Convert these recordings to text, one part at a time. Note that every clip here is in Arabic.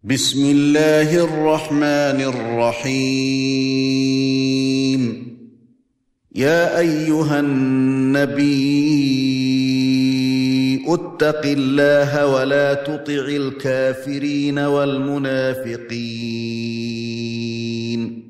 بسم الله الرحمن الرحيم. يا أيها النبي اتق الله ولا تطع الكافرين والمنافقين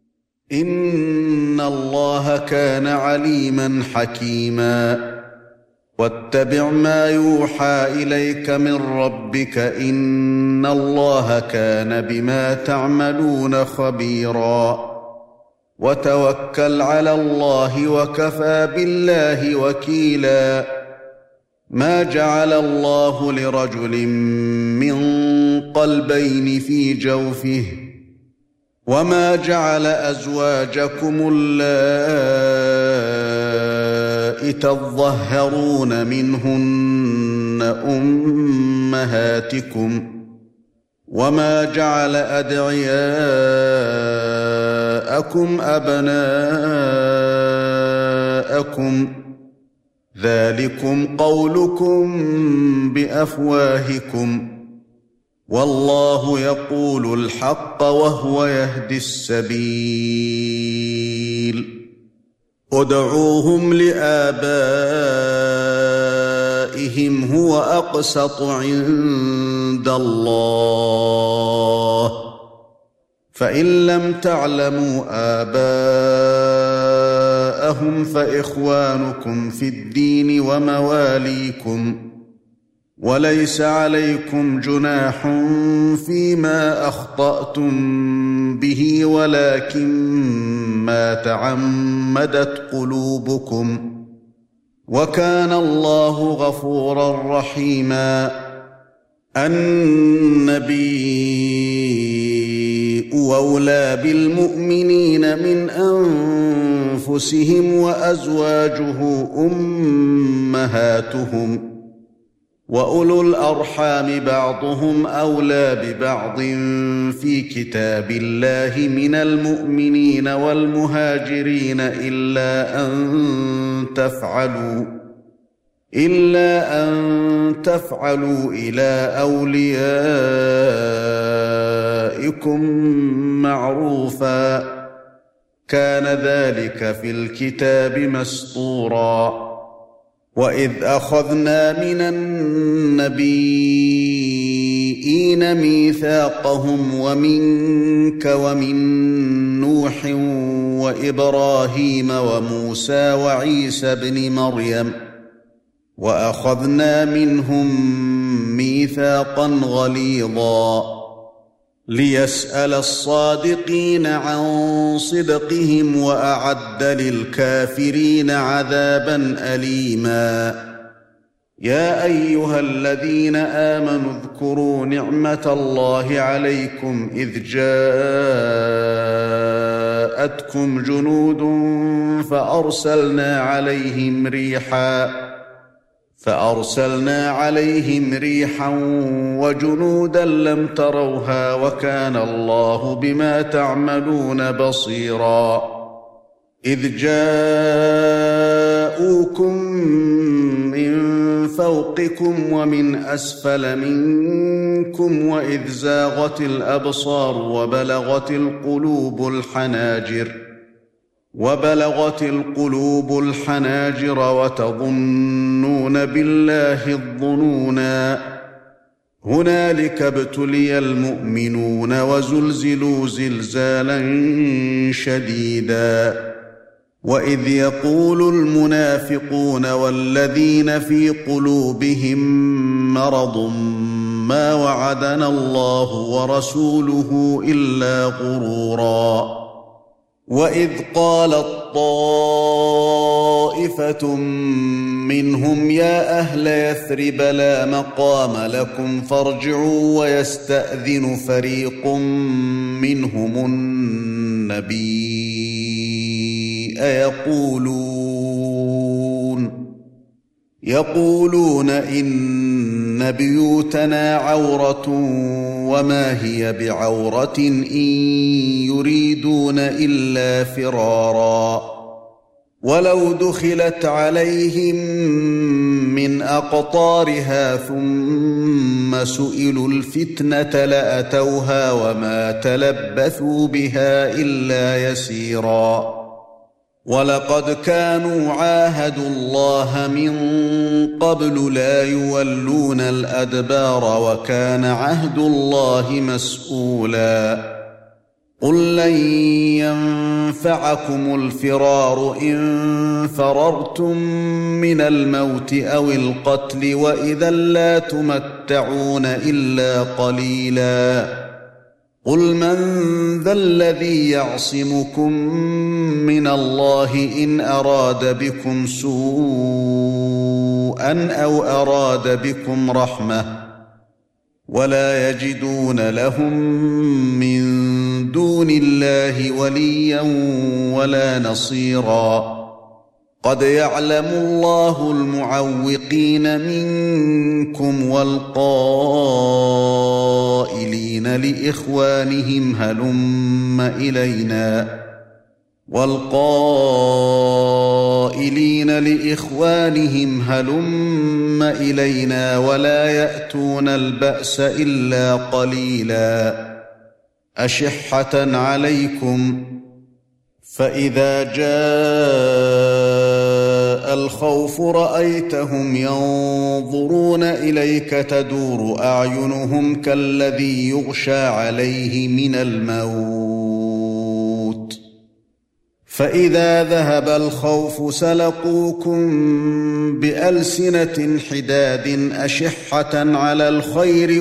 إن الله كان عليما حكيما. واتبع ما يوحى إليك من ربك إن الله كان بما تعملون خبيرا. وتوكل على الله وكفى بالله وكيلا. ما جعل الله لرجل من قلبين في جوفه وما جعل أزواجكم اللائي تظهرون منهن أمهاتكم وما جعل أدعياءكم أبناءكم ذلكم قولكم بأفواهكم والله يقول الحق وهو يهدي السبيل. ادعوهم لآبائهم هو أقسط عند الله فإن لم تعلموا آباءهم فإخوانكم في الدين ومواليكم وليس عليكم جناح فيما أخطأتم به ولكن ما تعمدت قلوبكم وكان الله غفورا رحيما. النبي أولى بالمؤمنين من أنفسهم وأزواجه أمهاتهم وأولو الأرحام بعضهم أولى ببعض في كتاب الله من المؤمنين والمهاجرين إلا أن تفعلوا إلى أوليائكم معروفا كان ذلك في الكتاب مسطورا. وإذ أخذنا من النبيين ميثاقهم ومنك ومن نوح وإبراهيم وموسى وعيسى ابن مريم وأخذنا منهم ميثاقا غليظا ليسأل الصادقين عن صدقهم وأعد للكافرين عذابا أليما. يا أيها الذين آمنوا اذكروا نعمة الله عليكم إذ جاءتكم جنود فأرسلنا عليهم ريحا وجنودا لم تروها وكان الله بما تعملون بصيرا. إذ جاءوكم من فوقكم ومن أسفل منكم وإذ زاغت الأبصار وبلغت القلوب الحناجر وتظنون بالله الظنونا. هنالك ابتلي المؤمنون وزلزلوا زلزالا شديدا. وإذ يقول المنافقون والذين في قلوبهم مرض ما وعدنا الله ورسوله إلا غرورا. وإذ قالت طائفة منهم يا أهل يثرب لا مقام لكم فارجعوا ويستأذن فريق منهم النبي يقولون إن بيوتنا عورة وما هي بعورة إن يريدون إلا فرارا ولو دخلت عليهم من أقطارها ثم سئلوا الفتنة لأتوها وما تلبثوا بها إلا يسيرا ولقد كانوا عاهدوا الله من قبل لا يولون الأدبار وكان عهد الله مسؤولا قل لن ينفعكم الفرار إن فررتم من الموت أو القتل وإذا لا تمتعون إلا قليلا قل من ذا الذي يعصمكم من الله إن أراد بكم سوءا أو أراد بكم رحمة ولا يجدون لهم من دون الله وليا ولا نصيرا قد يعلم الله المعوقين منكم والقائلين لإخوانهم هلم إلينا ولا يأتون البأس إلا قليلا أشحة عليكم فإذا جاء الخوف رأيتهم ينظرون إليك تدور أعينهم كالذي يغشى عليه من الموت فإذا ذهب الخوف سلقوكم بألسنة حداد أشحة على الخير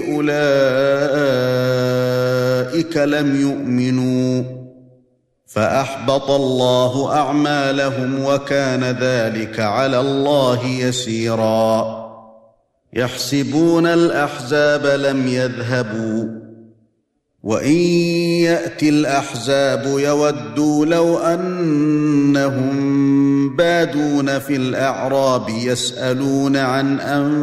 أولئك لم يؤمنوا فأحبط الله أعمالهم وكان ذلك على الله يسيرا يحسبون الأحزاب لم يذهبوا وإن يأتي الأحزاب يودوا لو أنهم بادون في الأعراب يسألون عن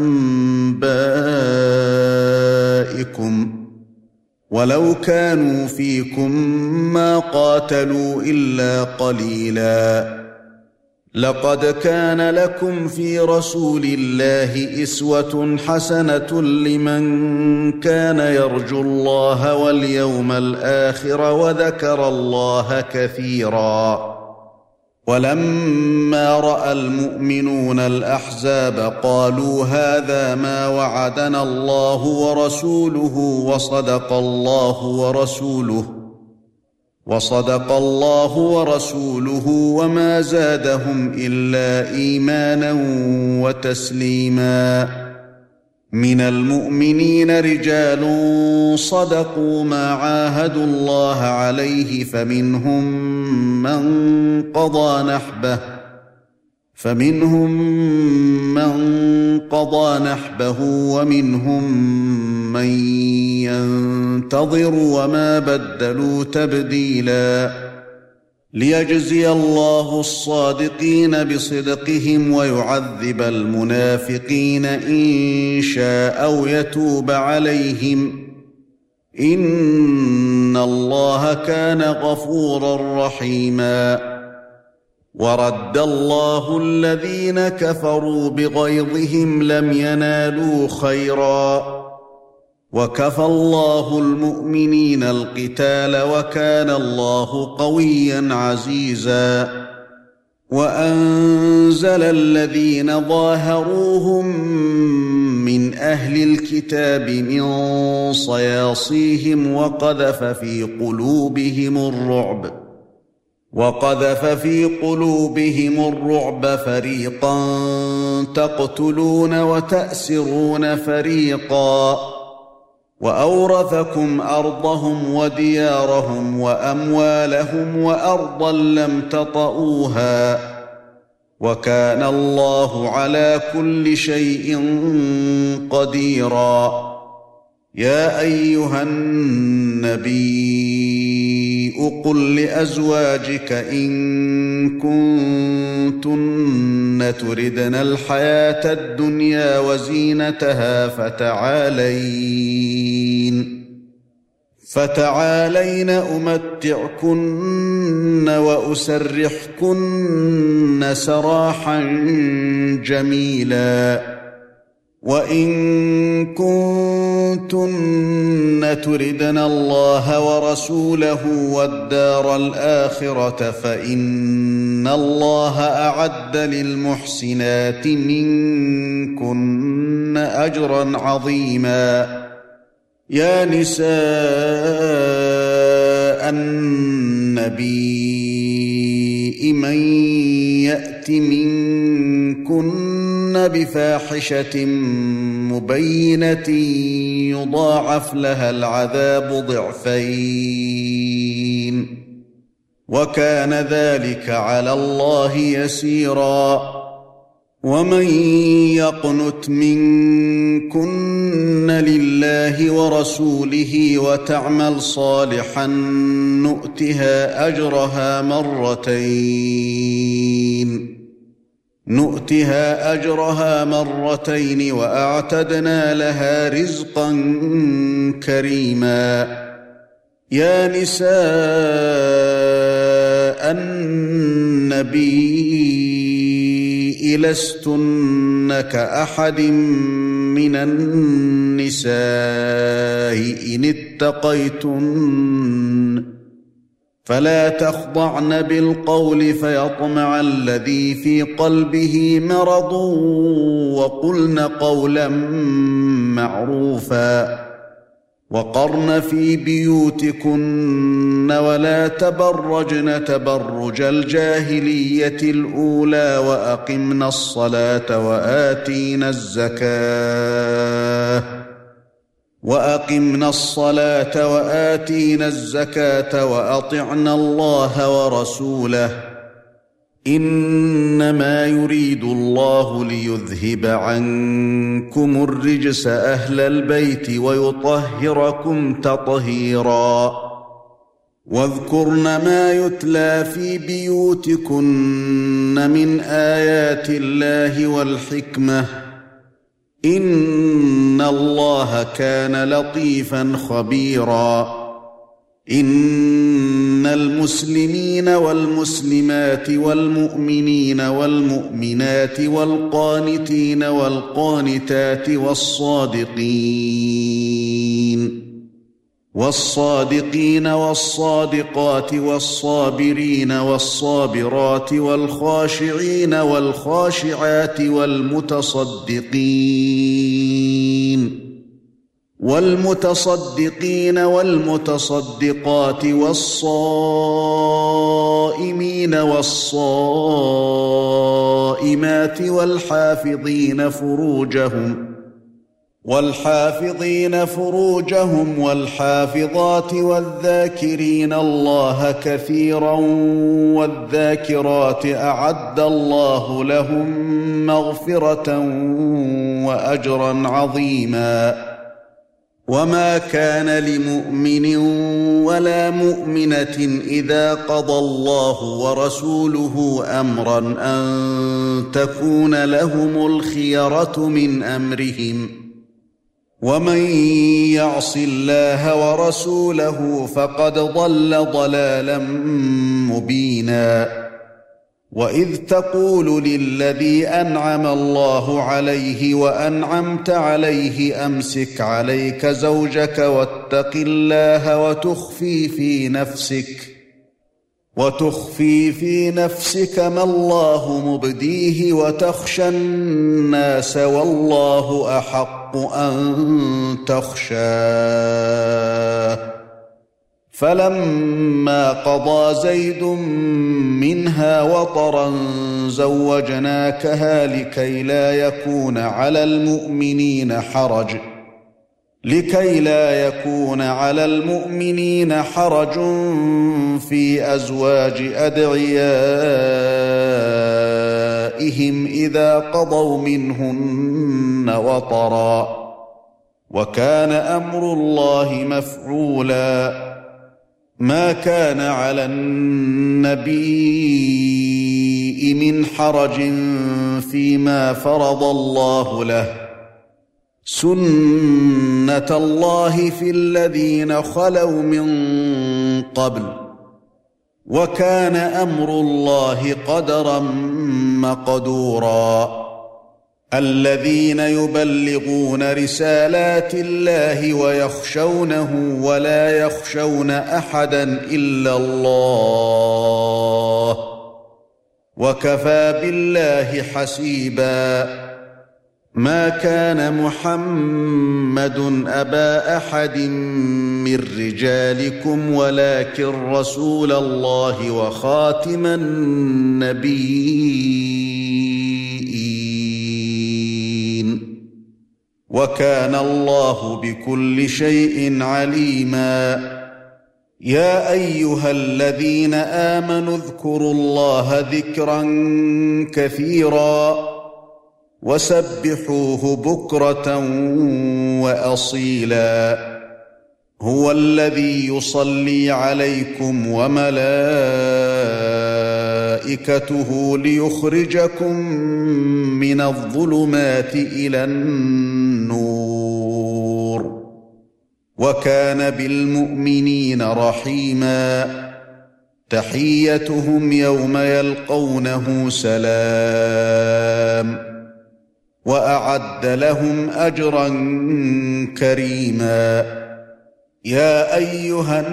أنبائكم ولو كانوا فيكم ما قاتلوا إلا قليلا لقد كان لكم في رسول الله أسوة حسنة لمن كان يرجو الله واليوم الآخر وذكر الله كثيرا ولما رأى المؤمنون الأحزاب قالوا هذا ما وعدنا الله ورسوله وصدق الله ورسوله وما زادهم إلا إيمانا وتسليما من المؤمنين رجال صدقوا ما عاهدوا الله عليه فمنهم من قضى نحبه ومنهم من ينتظر وما بدلوا تبديلا ليجزي الله الصادقين بصدقهم ويعذب المنافقين إن شاء أو يتوب عليهم إن الله كان غفورا رحيما ورد الله الذين كفروا بغيظهم لم ينالوا خيرا وكفى الله المؤمنين القتال وكان الله قويا عزيزا وأنزل الذين ظاهروهم من أهل الكتاب من صياصيهم وقذف في قلوبهم الرعب فريقا تقتلون وتأسرون فريقا وأورثكم أرضهم وديارهم وأموالهم وأرضا لم تطئوها وكان الله على كل شيء قديرا يا أيها النبي قل لأزواجك إن كنتن تردن الحياة فتعالين أمتعكن وأسرحكن سراحا جميلا وإن كنتن تردن الله ورسوله والدار الآخرة فإن الله أعد للمحسنات منكن أجرا عظيما يا نساء النبي من يأت منكن بفاحشة مبينة يضاعف لها العذاب ضعفين وكان ذلك على الله يسيرا ومن يقنت منكن لله ورسوله وتعمل صالحا نؤتها أجرها مرتين وأعتدنا لها رزقا كريما يا نساء النبي لستن كأحد من النساء إن اتقيتن فلا تخضعن بالقول فيطمع الذي في قلبه مرض وقلن قولا معروفا وقرن في بيوتكن ولا تبرجن تبرج الجاهلية الأولى وأقمن الصلاة وآتينا الزكاة وأطعنا الله ورسوله إنما يريد الله ليذهب عنكم الرجس أهل البيت ويطهركم تطهيرا واذكرن ما يتلى في بيوتكن من آيات الله والحكمة إن الله كان لطيفا خبيرا إن المسلمين والمسلمات والمؤمنين والمؤمنات والقانتين والقانتات والصادقين والصادقات والصابرين والصابرات والخاشعين والخاشعات والمتصدقين والمتصدقات والصائمين والصائمات والحافظين فروجهم والحافظات والذاكرين الله كثيرا والذاكرات أعد الله لهم مغفرة وأجرا عظيما وما كان لمؤمن ولا مؤمنة إذا قضى الله ورسوله أمرا أن تكون لهم الخيرة من أمرهم ومن يعص الله ورسوله فقد ضل ضلالا مبينا وإذ تقول للذي أنعم الله عليه وأنعمت عليه أمسك عليك زوجك واتق الله وتخفي في نفسك ما الله مبديه وتخشى الناس والله أحق أن تخشاه فلما قضى زيد منها وطرا زوجناكها لكي لا يكون على المؤمنين حرج في أزواج أدعيائهم إذا قضوا منهن وطرا وكان أمر الله مفعولا ما كان على النبي من حرج فيما فرض الله له سُنَّةَ اللَّهِ فِي الَّذِينَ خَلَوْا مِن قَبْلُ وَكَانَ أَمْرُ اللَّهِ قَدَرًا مَّقْدُورًا الَّذِينَ يُبَلِّغُونَ رِسَالَاتِ اللَّهِ وَيَخْشَوْنَهُ وَلَا يَخْشَوْنَ أَحَدًا إِلَّا اللَّهَ وَكَفَى بِاللَّهِ حَسِيبًا مَا كَانَ مُحَمَّدٌ أَبَا أَحَدٍ مِّن رِّجَالِكُمْ وَلَٰكِن رَّسُولَ اللَّهِ وَخَاتَمَ النَّبِيِّينَ وَكَانَ اللَّهُ بِكُلِّ شَيْءٍ عَلِيمًا يَا أَيُّهَا الَّذِينَ آمَنُوا اذْكُرُوا اللَّهَ ذِكْرًا كَثِيرًا وَسَبِّحُوهُ بُكْرَةً وَأَصِيلًا هُوَ الَّذِي يُصَلِّي عَلَيْكُمْ وَمَلَائِكَتُهُ لِيُخْرِجَكُم مِّنَ الظُّلُمَاتِ إِلَى النُّورِ وَكَانَ بِالْمُؤْمِنِينَ رَحِيمًا تَحِيَّتُهُمْ يَوْمَ يَلْقَوْنَهُ سَلَامٌ وَأَعَدَّ لَهُمْ أَجْرًا كَرِيمًا يَا أَيُّهَا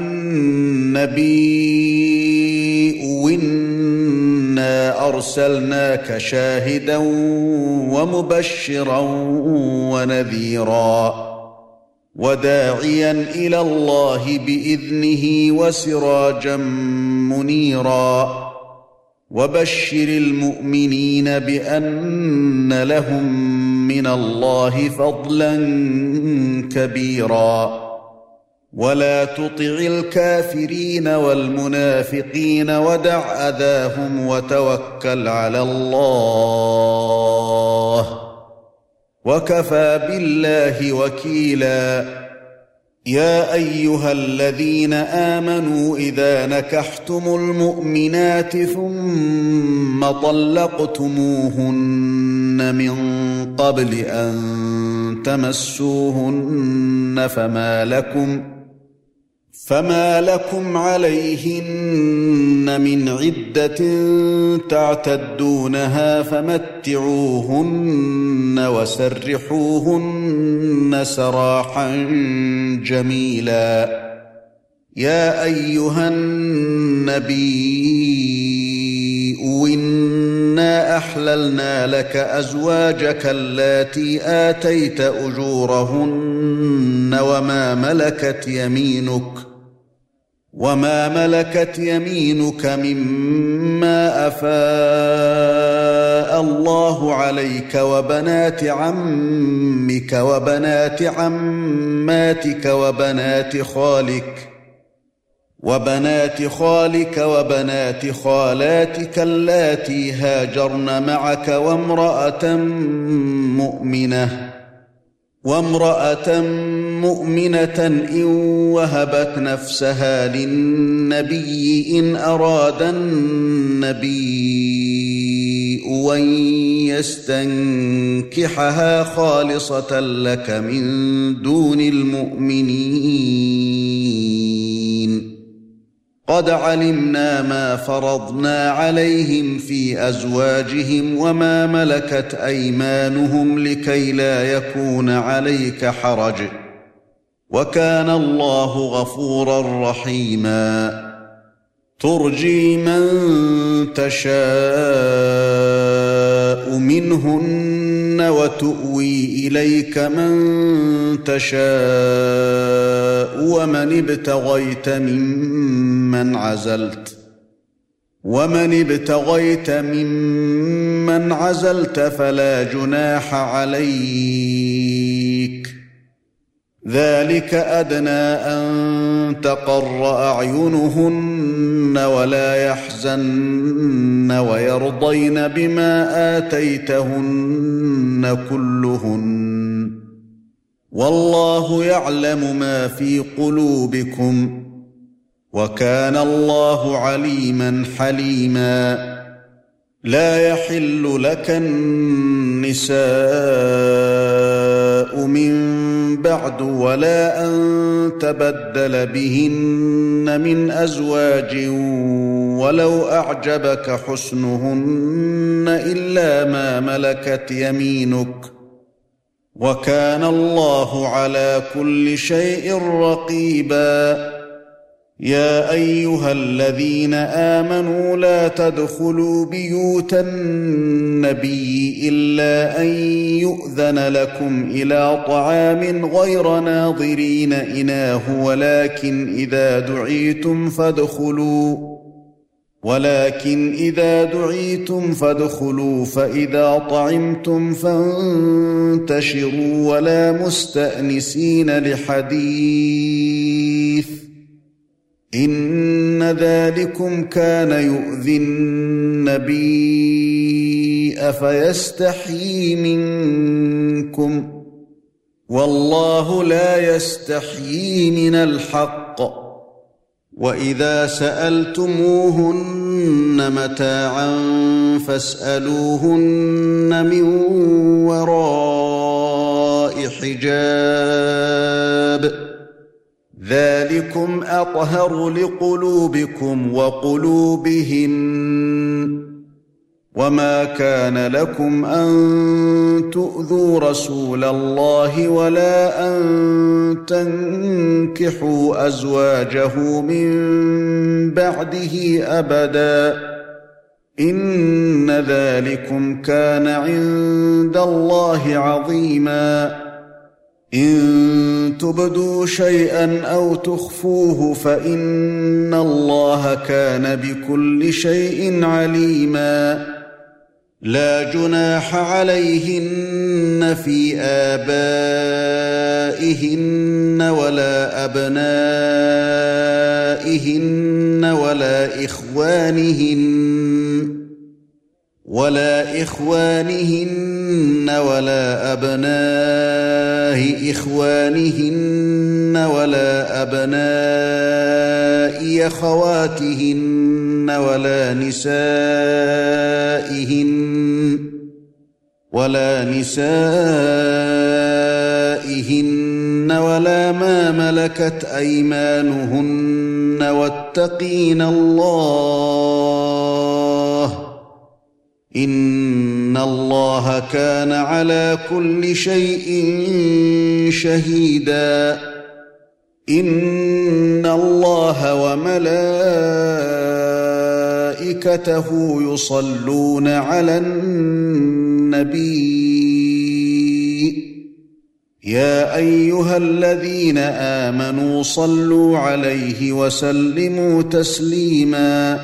النَّبِيُّ إِنَّا أَرْسَلْنَاكَ شَاهِدًا وَمُبَشِّرًا وَنَذِيرًا وَدَاعِيًا إِلَى اللَّهِ بِإِذْنِهِ وَسِرَاجًا مُنِيرًا وَبَشِّرِ الْمُؤْمِنِينَ بِأَنَّ لَهُم مِّنَ اللَّهِ فَضْلًا كَبِيرًا وَلَا تُطِعِ الْكَافِرِينَ وَالْمُنَافِقِينَ وَدَعْ أَذَاهُمْ وَتَوَكَّلْ عَلَى اللَّهِ وَكَفَى بِاللَّهِ وَكِيلًا يَا أَيُّهَا الَّذِينَ آمَنُوا إِذَا نَكَحْتُمُ الْمُؤْمِنَاتِ ثُمَّ طَلَّقْتُمُوهُنَّ مِن قَبْلِ أَن تَمَسُّوهُنَّ فما لكم عليهن من عدة تعتدونها فمتعوهن وسرحوهن سراحا جميلا يا أيها النبي إنا أحللنا لك أزواجك اللاتي آتيت أجورهن وما ملكت يمينك مما أفاء الله عليك وبنات عمك وبنات عماتك وبنات خالك وبنات خالاتك اللاتي هاجرن معك وامرأة مؤمنة إن وهبت نفسها للنبي إن أراد النبي أن يستنكحها خالصة لك من دون المؤمنين قد علمنا ما فرضنا عليهم في أزواجهم وما ملكت أيمانهم لكي لا يكون عليك حرج وكان الله غفورا رحيما ترجي من تشاء منهن وتؤوي إليك من تشاء ومن ابتغيت ممن عزلت فلا جناح عليك ذلك أدنى أن تقر أعينهن ولا يحزن ويرضين بما آتيتهن كلهن والله يعلم ما في قلوبكم وكان الله عليما حليما لا يحل لك النساء النساء من بعد ولا أن تبدل بهن من أزواج ولو أعجبك حسنهن إلا ما ملكت يمينك وكان الله على كل شيء رقيبا. يا أيها الذين آمنوا لا تدخلوا بيوت النبي إلا أن يؤذن لكم إلى طعام غير ناظرين إناه ولكن إذا دعيتم فادخلوا فإذا طعمتم فانتشروا ولا مستأنسين لحديث إن ذلكم كان يؤذي النبي فيستحيي منكم والله لا يستحيي من الحق. وإذا سألتموهن متاعا فاسألوهن من وراء حجاب ذلكم أطهر لقلوبكم وقلوبهن. وما كان لكم أن تؤذوا رسول الله ولا أن تنكحوا أزواجه من بعده أبدا إن ذلكم كان عند الله عظيما. إن تبدوا شيئا أو تخفوه فإن الله كان بكل شيء عليما. لا جناح عليهن في آبائهن ولا أبنائهن ولا إخوانهن ولا أبناء إخوانهن ولا أبناء أخواتهن ولا نسائهن ولا ما ملكت أيمانهن واتقين الله إن الله كان على كل شيء شهيدا. إن الله وملائكته يصلون على النبي يا أيها الذين آمنوا صلوا عليه وسلموا تسليما.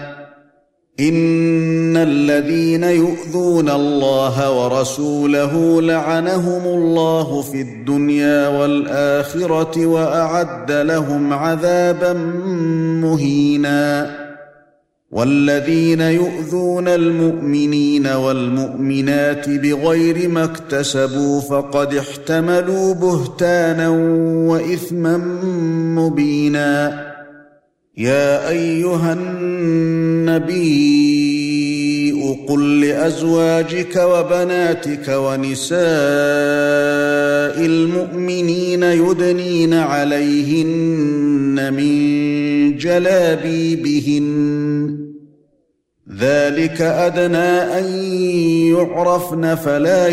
إن الذين يؤذون الله ورسوله لعنهم الله في الدنيا والآخرة وأعد لهم عذابا مهينا. والذين يؤذون المؤمنين والمؤمنات بغير ما اكتسبوا فقد احتملوا بهتانا وإثما مبينا. يا أيها النبي قل لأزواجك وبناتك ونساء المؤمنين يدنين عليهن من جلابيبهن ذلك أدنى أن يعرفن فلا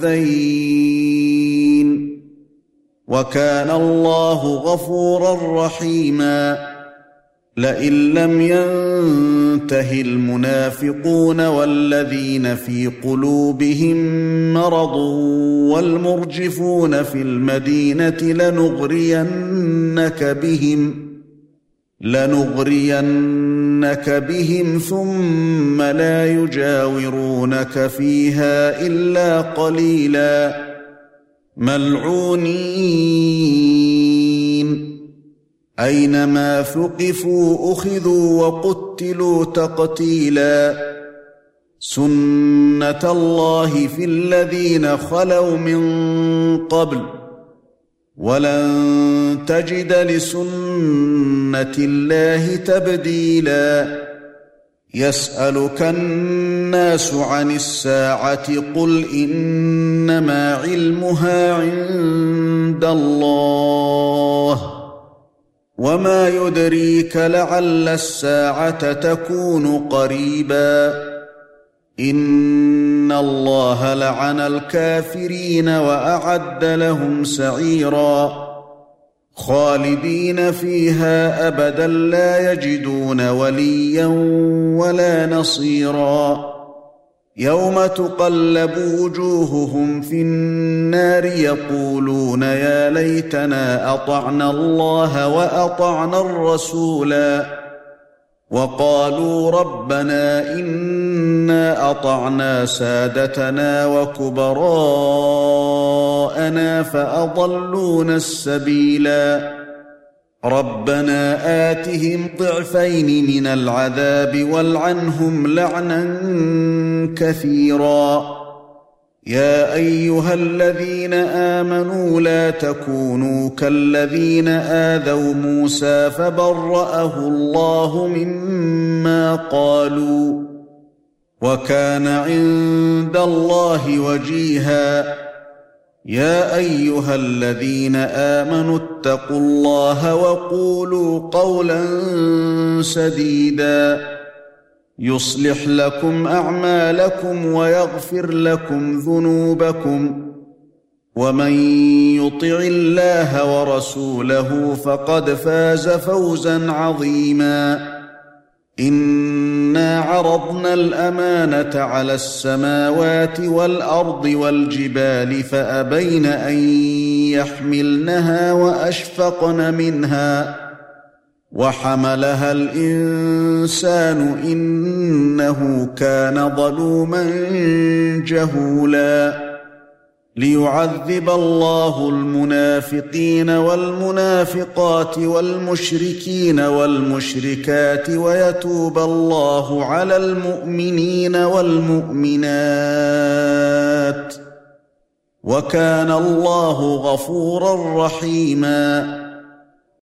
يؤذين وكان الله غفورا رحيما. لئن لم ينته المنافقون والذين في قلوبهم مرض والمرجفون في المدينة لنغرينك بهم ثم لا يجاورونك فيها إلا قليلا ملعونين أينما ثقفوا أخذوا وقتلوا تقتيلا. سنة الله في الذين خلوا من قبل ولن تجد لسنة الله تبديلا. يسألك الناس عن الساعة قل إنما علمها عند الله وما يدريك لعل الساعة تكون قريبا إن الله لعن الكافرين وأعد لهم سعيرا خالدين فيها أبدا لا يجدون وليا ولا نصيرا يوم تقلب وجوههم في النار يقولون يا ليتنا أطعنا الله وأطعنا الرسولا وقالوا ربنا إنا أطعنا سادتنا وكبراءنا فأضلونا السبيلا ربنا آتهم ضعفين من العذاب والعنهم لعنا كثيرا يا أيها الذين آمنوا لا تكونوا كالذين آذوا موسى فبرأه الله مما قالوا وكان عند الله وجيها يا أيها الذين آمنوا اتقوا الله وقولوا قولا سديدا يصلح لكم أعمالكم ويغفر لكم ذنوبكم ومن يطع الله ورسوله فقد فاز فوزا عظيما إنا عرضنا الأمانة على السماوات والأرض والجبال فأبين أن يحملنها وأشفقن منها وحملها الإنسان إنه كان ظلوما جهولا ليعذب الله المنافقين والمنافقات والمشركين والمشركات ويتوب الله على المؤمنين والمؤمنات وكان الله غفورا رحيما